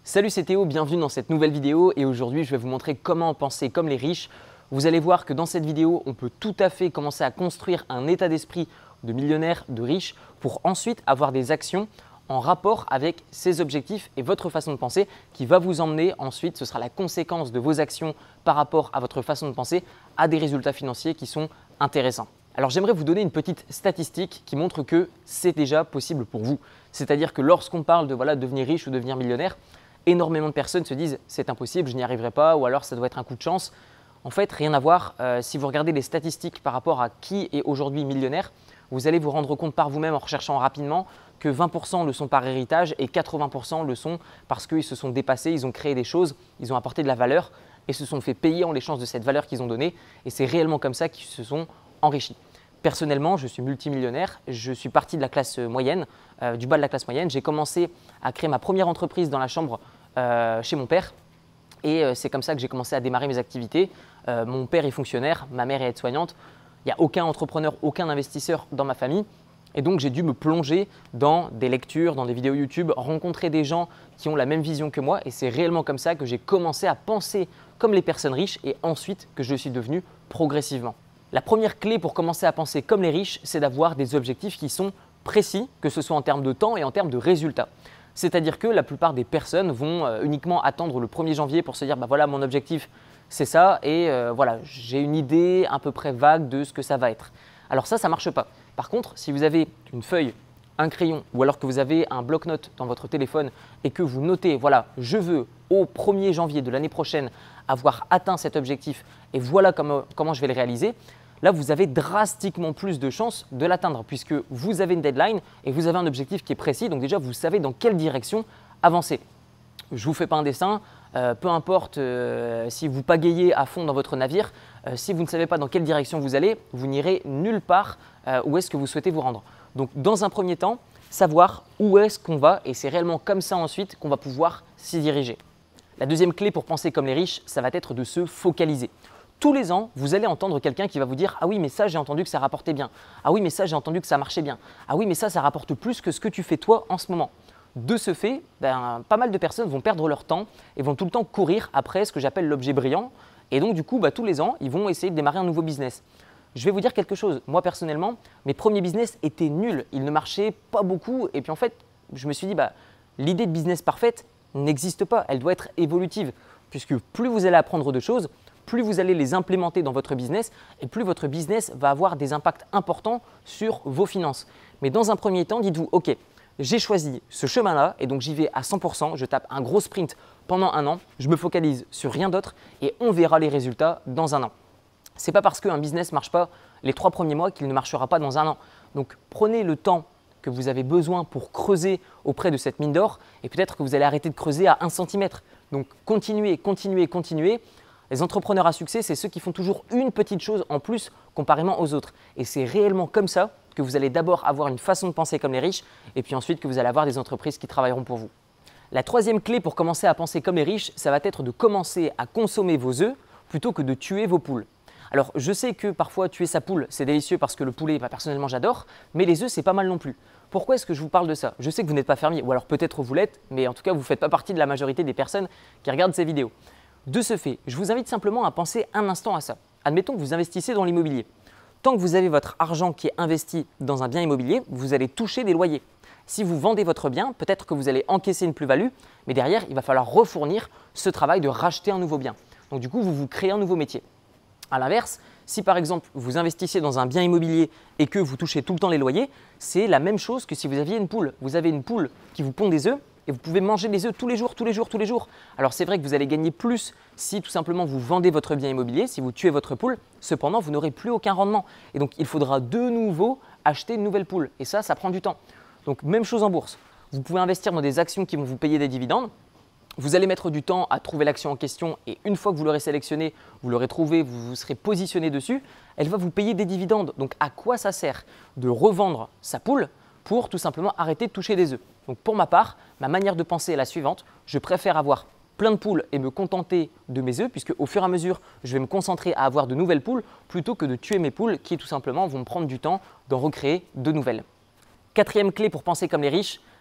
Salut, c'est Théo, bienvenue dans cette nouvelle vidéo et aujourd'hui je vais vous montrer comment penser comme les riches. Vous allez voir que dans cette vidéo, on peut tout à fait commencer à construire un état d'esprit de millionnaire, de riche pour ensuite avoir des actions en rapport avec ses objectifs et votre façon de penser qui va vous emmener ensuite, ce sera la conséquence de vos actions par rapport à votre façon de penser à des résultats financiers qui sont intéressants. Alors j'aimerais vous donner une petite statistique qui montre que c'est déjà possible pour vous. C'est-à-dire que lorsqu'on parle de devenir riche ou devenir millionnaire, énormément de personnes se disent « c'est impossible, je n'y arriverai pas » ou alors « ça doit être un coup de chance ». En fait, rien à voir. Si vous regardez les statistiques par rapport à qui est aujourd'hui millionnaire, vous allez vous rendre compte par vous-même en recherchant rapidement que 20% le sont par héritage et 80% le sont parce qu'ils se sont dépassés, ils ont créé des choses, ils ont apporté de la valeur et se sont fait payer en l'échange de cette valeur qu'ils ont donnée. Et c'est réellement comme ça qu'ils se sont enrichis. Personnellement, je suis multimillionnaire, je suis parti de la classe moyenne, du bas de la classe moyenne. J'ai commencé à créer ma première entreprise dans la chambre chez mon père et c'est comme ça que j'ai commencé à démarrer mes activités. Mon père est fonctionnaire, ma mère est aide-soignante. Il n'y a aucun entrepreneur, aucun investisseur dans ma famille. Et donc, j'ai dû me plonger dans des lectures, dans des vidéos YouTube, rencontrer des gens qui ont la même vision que moi. Et c'est réellement comme ça que j'ai commencé à penser comme les personnes riches et ensuite que je suis devenu progressivement. La première clé pour commencer à penser comme les riches, c'est d'avoir des objectifs qui sont précis, que ce soit en termes de temps et en termes de résultats. C'est-à-dire que la plupart des personnes vont uniquement attendre le 1er janvier pour se dire bah voilà, mon objectif c'est ça et voilà, j'ai une idée à peu près vague de ce que ça va être. Alors ça ne marche pas. Par contre, si vous avez une feuille, un crayon ou alors que vous avez un bloc-notes dans votre téléphone et que vous notez voilà, je veux au 1er janvier de l'année prochaine avoir atteint cet objectif et voilà comment je vais le réaliser. Là, vous avez drastiquement plus de chances de l'atteindre puisque vous avez une deadline et vous avez un objectif qui est précis. Donc déjà, vous savez dans quelle direction avancer. Je ne vous fais pas un dessin, peu importe si vous pagayez à fond dans votre navire, si vous ne savez pas dans quelle direction vous allez, vous n'irez nulle part où est-ce que vous souhaitez vous rendre. Donc dans un premier temps, savoir où est-ce qu'on va et c'est réellement comme ça ensuite qu'on va pouvoir s'y diriger. La deuxième clé pour penser comme les riches, ça va être de se focaliser. Tous les ans, vous allez entendre quelqu'un qui va vous dire « Ah oui, mais ça, j'ai entendu que ça rapportait bien. Ah oui, mais ça, j'ai entendu que ça marchait bien. Ah oui, mais ça rapporte plus que ce que tu fais toi en ce moment. » De ce fait, pas mal de personnes vont perdre leur temps et vont tout le temps courir après ce que j'appelle l'objet brillant. Et donc, du coup, tous les ans, ils vont essayer de démarrer un nouveau business. Je vais vous dire quelque chose. Moi, personnellement, mes premiers business étaient nuls. Ils ne marchaient pas beaucoup. Et puis, en fait, je me suis dit l'idée de business parfaite n'existe pas. Elle doit être évolutive. Puisque plus vous allez apprendre de choses, plus vous allez les implémenter dans votre business et plus votre business va avoir des impacts importants sur vos finances. Mais dans un premier temps, dites-vous, OK, j'ai choisi ce chemin-là et donc j'y vais à 100%, je tape un gros sprint pendant un an, je me focalise sur rien d'autre et on verra les résultats dans un an. Ce n'est pas parce qu'un business ne marche pas les 3 premiers mois qu'il ne marchera pas dans un an. Donc prenez le temps que vous avez besoin pour creuser auprès de cette mine d'or et peut-être que vous allez arrêter de creuser à 1 cm. Donc continuez, continuez, continuez. Les entrepreneurs à succès, c'est ceux qui font toujours une petite chose en plus comparément aux autres. Et c'est réellement comme ça que vous allez d'abord avoir une façon de penser comme les riches et puis ensuite que vous allez avoir des entreprises qui travailleront pour vous. La troisième clé pour commencer à penser comme les riches, ça va être de commencer à consommer vos œufs plutôt que de tuer vos poules. Alors je sais que parfois tuer sa poule, c'est délicieux parce que le poulet, personnellement j'adore, mais les œufs, c'est pas mal non plus. Pourquoi est-ce que je vous parle de ça? Je sais que vous n'êtes pas fermier, ou alors peut-être vous l'êtes, mais en tout cas vous ne faites pas partie de la majorité des personnes qui regardent ces vidéos. De ce fait, je vous invite simplement à penser un instant à ça. Admettons que vous investissez dans l'immobilier. Tant que vous avez votre argent qui est investi dans un bien immobilier, vous allez toucher des loyers. Si vous vendez votre bien, peut-être que vous allez encaisser une plus-value, mais derrière, il va falloir refournir ce travail de racheter un nouveau bien. Donc du coup, vous vous créez un nouveau métier. À l'inverse, si par exemple vous investissez dans un bien immobilier et que vous touchez tout le temps les loyers, c'est la même chose que si vous aviez une poule. Vous avez une poule qui vous pond des œufs et vous pouvez manger les œufs tous les jours, tous les jours, tous les jours. Alors c'est vrai que vous allez gagner plus si tout simplement vous vendez votre bien immobilier, si vous tuez votre poule, cependant vous n'aurez plus aucun rendement. Et donc il faudra de nouveau acheter une nouvelle poule et ça prend du temps. Donc même chose en bourse. Vous pouvez investir dans des actions qui vont vous payer des dividendes. Vous allez mettre du temps à trouver l'action en question et une fois que vous l'aurez sélectionnée, vous l'aurez trouvée, vous vous serez positionné dessus, elle va vous payer des dividendes. Donc à quoi ça sert de revendre sa poule pour tout simplement arrêter de toucher des œufs? Donc pour ma part, ma manière de penser est la suivante. Je préfère avoir plein de poules et me contenter de mes œufs puisque au fur et à mesure, je vais me concentrer à avoir de nouvelles poules plutôt que de tuer mes poules qui tout simplement vont me prendre du temps d'en recréer de nouvelles. Quatrième clé pour penser comme les riches,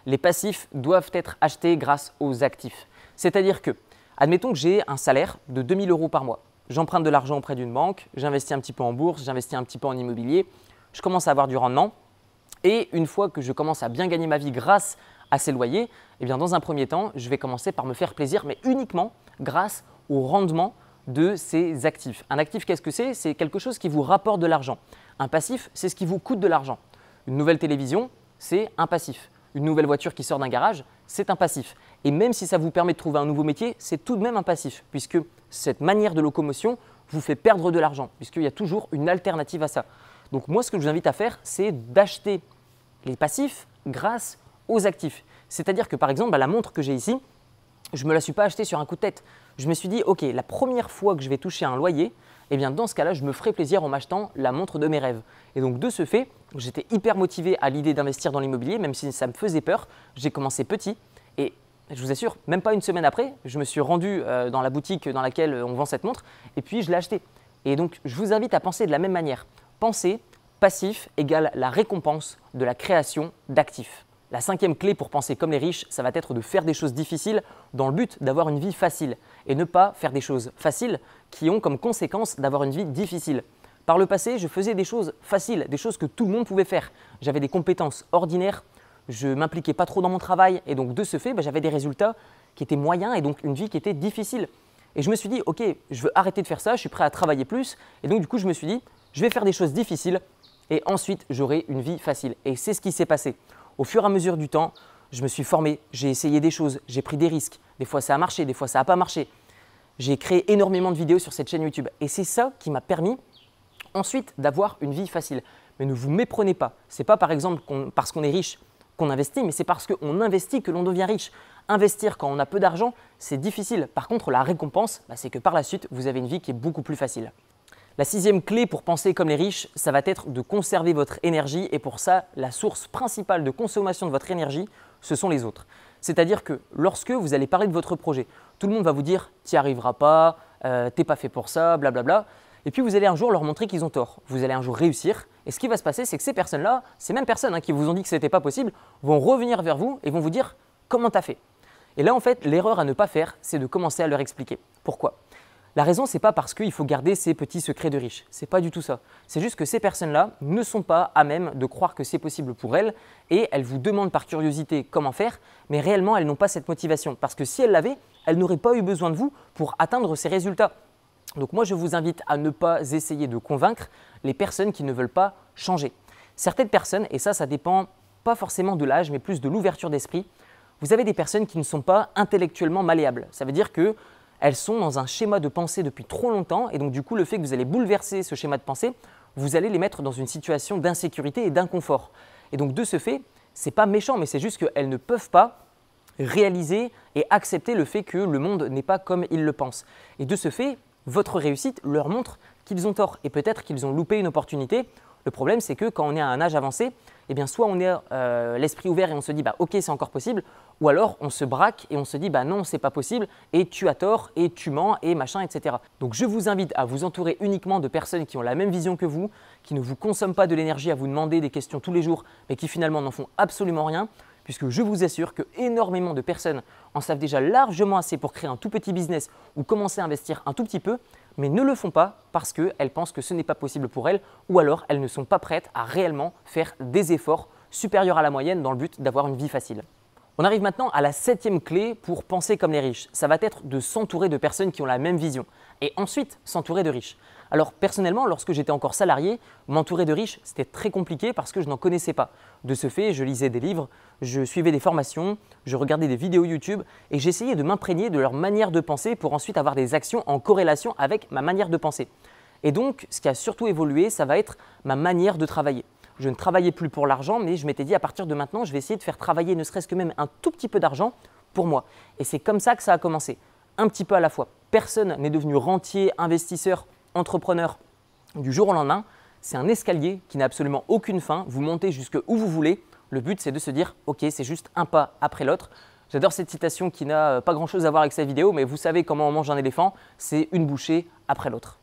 les passifs doivent être achetés grâce aux actifs. C'est-à-dire que, admettons que j'ai un salaire de 2 000 € par mois. J'emprunte de l'argent auprès d'une banque, j'investis un petit peu en bourse, j'investis un petit peu en immobilier, je commence à avoir du rendement et une fois que je commence à bien gagner ma vie grâce à ces loyers, eh bien dans un premier temps, je vais commencer par me faire plaisir, mais uniquement grâce au rendement de ces actifs. Un actif, qu'est-ce que c'est? C'est quelque chose qui vous rapporte de l'argent. Un passif, c'est ce qui vous coûte de l'argent. Une nouvelle télévision, c'est un passif. Une nouvelle voiture qui sort d'un garage, c'est un passif. Et même si ça vous permet de trouver un nouveau métier, c'est tout de même un passif, puisque cette manière de locomotion vous fait perdre de l'argent, puisqu'il y a toujours une alternative à ça. Donc moi, ce que je vous invite à faire, c'est d'acheter les passifs grâce aux actifs. C'est-à-dire que par exemple, la montre que j'ai ici, je ne me la suis pas achetée sur un coup de tête. Je me suis dit, ok, la première fois que je vais toucher un loyer, eh bien dans ce cas-là, je me ferai plaisir en m'achetant la montre de mes rêves. Et donc de ce fait, j'étais hyper motivé à l'idée d'investir dans l'immobilier, même si ça me faisait peur. J'ai commencé petit et je vous assure, même pas une semaine après, je me suis rendu dans la boutique dans laquelle on vend cette montre et puis je l'ai achetée. Et donc je vous invite à penser de la même manière. Pensez, passif égale la récompense de la création d'actifs. La cinquième clé pour penser comme les riches, ça va être de faire des choses difficiles dans le but d'avoir une vie facile et ne pas faire des choses faciles qui ont comme conséquence d'avoir une vie difficile. Par le passé, je faisais des choses faciles, des choses que tout le monde pouvait faire. J'avais des compétences ordinaires, je ne m'impliquais pas trop dans mon travail et donc de ce fait, j'avais des résultats qui étaient moyens et donc une vie qui était difficile. Et je me suis dit, ok, je veux arrêter de faire ça, je suis prêt à travailler plus et donc du coup, je me suis dit, je vais faire des choses difficiles et ensuite, j'aurai une vie facile. Et c'est ce qui s'est passé. Au fur et à mesure du temps, je me suis formé, j'ai essayé des choses, j'ai pris des risques. Des fois, ça a marché, des fois, ça n'a pas marché. J'ai créé énormément de vidéos sur cette chaîne YouTube. Et c'est ça qui m'a permis ensuite d'avoir une vie facile. Mais ne vous méprenez pas. Ce n'est pas par exemple parce qu'on est riche qu'on investit, mais c'est parce qu'on investit que l'on devient riche. Investir quand on a peu d'argent, c'est difficile. Par contre, la récompense, c'est que par la suite, vous avez une vie qui est beaucoup plus facile. La sixième clé pour penser comme les riches, ça va être de conserver votre énergie et pour ça, la source principale de consommation de votre énergie, ce sont les autres. C'est-à-dire que lorsque vous allez parler de votre projet, tout le monde va vous dire « tu n'y arriveras pas, t'es pas fait pour ça, blablabla ». Et puis vous allez un jour leur montrer qu'ils ont tort. Vous allez un jour réussir et ce qui va se passer, c'est que ces personnes-là, ces mêmes personnes qui vous ont dit que ce n'était pas possible, vont revenir vers vous et vont vous dire « comment tu as fait ?» Et là, en fait, l'erreur à ne pas faire, c'est de commencer à leur expliquer. Pourquoi ? La raison, ce n'est pas parce qu'il faut garder ces petits secrets de riches. Ce n'est pas du tout ça. C'est juste que ces personnes-là ne sont pas à même de croire que c'est possible pour elles et elles vous demandent par curiosité comment faire, mais réellement, elles n'ont pas cette motivation. Parce que si elles l'avaient, elles n'auraient pas eu besoin de vous pour atteindre ces résultats. Donc moi, je vous invite à ne pas essayer de convaincre les personnes qui ne veulent pas changer. Certaines personnes, et ça dépend pas forcément de l'âge, mais plus de l'ouverture d'esprit, vous avez des personnes qui ne sont pas intellectuellement malléables. Ça veut dire que elles sont dans un schéma de pensée depuis trop longtemps et donc du coup le fait que vous allez bouleverser ce schéma de pensée, vous allez les mettre dans une situation d'insécurité et d'inconfort. Et donc de ce fait, ce n'est pas méchant mais c'est juste qu'elles ne peuvent pas réaliser et accepter le fait que le monde n'est pas comme ils le pensent. Et de ce fait, votre réussite leur montre qu'ils ont tort et peut-être qu'ils ont loupé une opportunité. Le problème, c'est que quand on est à un âge avancé, eh bien, soit on est l'esprit ouvert et on se dit ok, c'est encore possible, ou alors on se braque et on se dit non, c'est pas possible et tu as tort et tu mens et machin, etc. Donc je vous invite à vous entourer uniquement de personnes qui ont la même vision que vous, qui ne vous consomment pas de l'énergie à vous demander des questions tous les jours, mais qui finalement n'en font absolument rien, puisque je vous assure que énormément de personnes en savent déjà largement assez pour créer un tout petit business ou commencer à investir un tout petit peu, mais ne le font pas parce qu'elles pensent que ce n'est pas possible pour elles ou alors elles ne sont pas prêtes à réellement faire des efforts supérieurs à la moyenne dans le but d'avoir une vie facile. On arrive maintenant à la septième clé pour penser comme les riches. Ça va être de s'entourer de personnes qui ont la même vision et ensuite s'entourer de riches. Alors personnellement, lorsque j'étais encore salarié, m'entourer de riches, c'était très compliqué parce que je n'en connaissais pas. De ce fait, je lisais des livres, je suivais des formations, je regardais des vidéos YouTube et j'essayais de m'imprégner de leur manière de penser pour ensuite avoir des actions en corrélation avec ma manière de penser. Et donc, ce qui a surtout évolué, ça va être ma manière de travailler. Je ne travaillais plus pour l'argent, mais je m'étais dit à partir de maintenant, je vais essayer de faire travailler ne serait-ce que même un tout petit peu d'argent pour moi. Et c'est comme ça que ça a commencé, un petit peu à la fois. Personne n'est devenu rentier, investisseur, entrepreneur du jour au lendemain. C'est un escalier qui n'a absolument aucune fin. Vous montez jusque où vous voulez. Le but, c'est de se dire « Ok, c'est juste un pas après l'autre ». J'adore cette citation qui n'a pas grand-chose à voir avec cette vidéo, mais vous savez comment on mange un éléphant, c'est une bouchée après l'autre.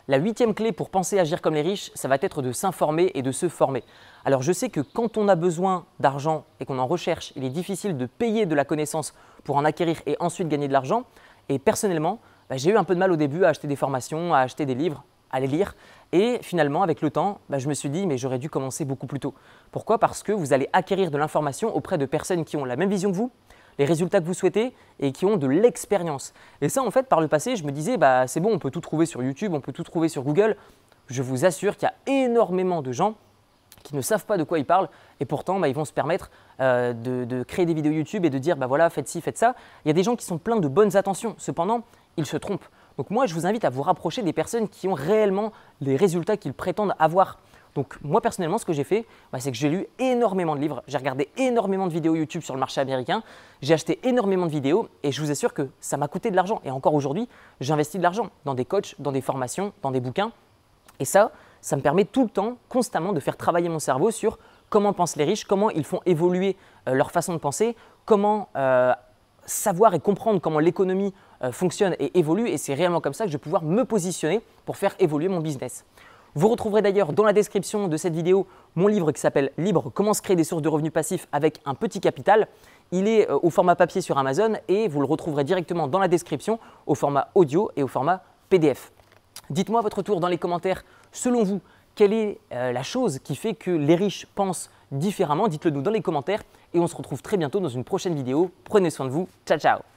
La 8e clé pour penser agir comme les riches, ça va être de s'informer et de se former. Alors je sais que quand on a besoin d'argent et qu'on en recherche, il est difficile de payer de la connaissance pour en acquérir et ensuite gagner de l'argent. Et personnellement, j'ai eu un peu de mal au début à acheter des formations, à acheter des livres, à les lire. Et finalement, avec le temps, je me suis dit mais j'aurais dû commencer beaucoup plus tôt. Pourquoi? Parce que vous allez acquérir de l'information auprès de personnes qui ont la même vision que vous, les résultats que vous souhaitez et qui ont de l'expérience. Et ça, en fait, par le passé, je me disais, c'est bon, on peut tout trouver sur YouTube, on peut tout trouver sur Google. Je vous assure qu'il y a énormément de gens qui ne savent pas de quoi ils parlent et pourtant, ils vont se permettre de créer des vidéos YouTube et de dire, voilà, faites ci, faites ça. Il y a des gens qui sont pleins de bonnes intentions. Cependant, ils se trompent. Donc moi, je vous invite à vous rapprocher des personnes qui ont réellement les résultats qu'ils prétendent avoir. Donc moi personnellement, ce que j'ai fait, c'est que j'ai lu énormément de livres, j'ai regardé énormément de vidéos YouTube sur le marché américain, j'ai acheté énormément de vidéos et je vous assure que ça m'a coûté de l'argent. Et encore aujourd'hui, j'investis de l'argent dans des coachs, dans des formations, dans des bouquins. Et ça me permet tout le temps, constamment, de faire travailler mon cerveau sur comment pensent les riches, comment ils font évoluer leur façon de penser, comment savoir et comprendre comment l'économie fonctionne et évolue. Et c'est réellement comme ça que je vais pouvoir me positionner pour faire évoluer mon business. Vous retrouverez d'ailleurs dans la description de cette vidéo mon livre qui s'appelle « Libre, comment se créer des sources de revenus passifs avec un petit capital ». Il est au format papier sur Amazon et vous le retrouverez directement dans la description au format audio et au format PDF. Dites-moi votre tour dans les commentaires, selon vous, quelle est la chose qui fait que les riches pensent différemment? Dites-le nous dans les commentaires et on se retrouve très bientôt dans une prochaine vidéo. Prenez soin de vous, ciao ciao!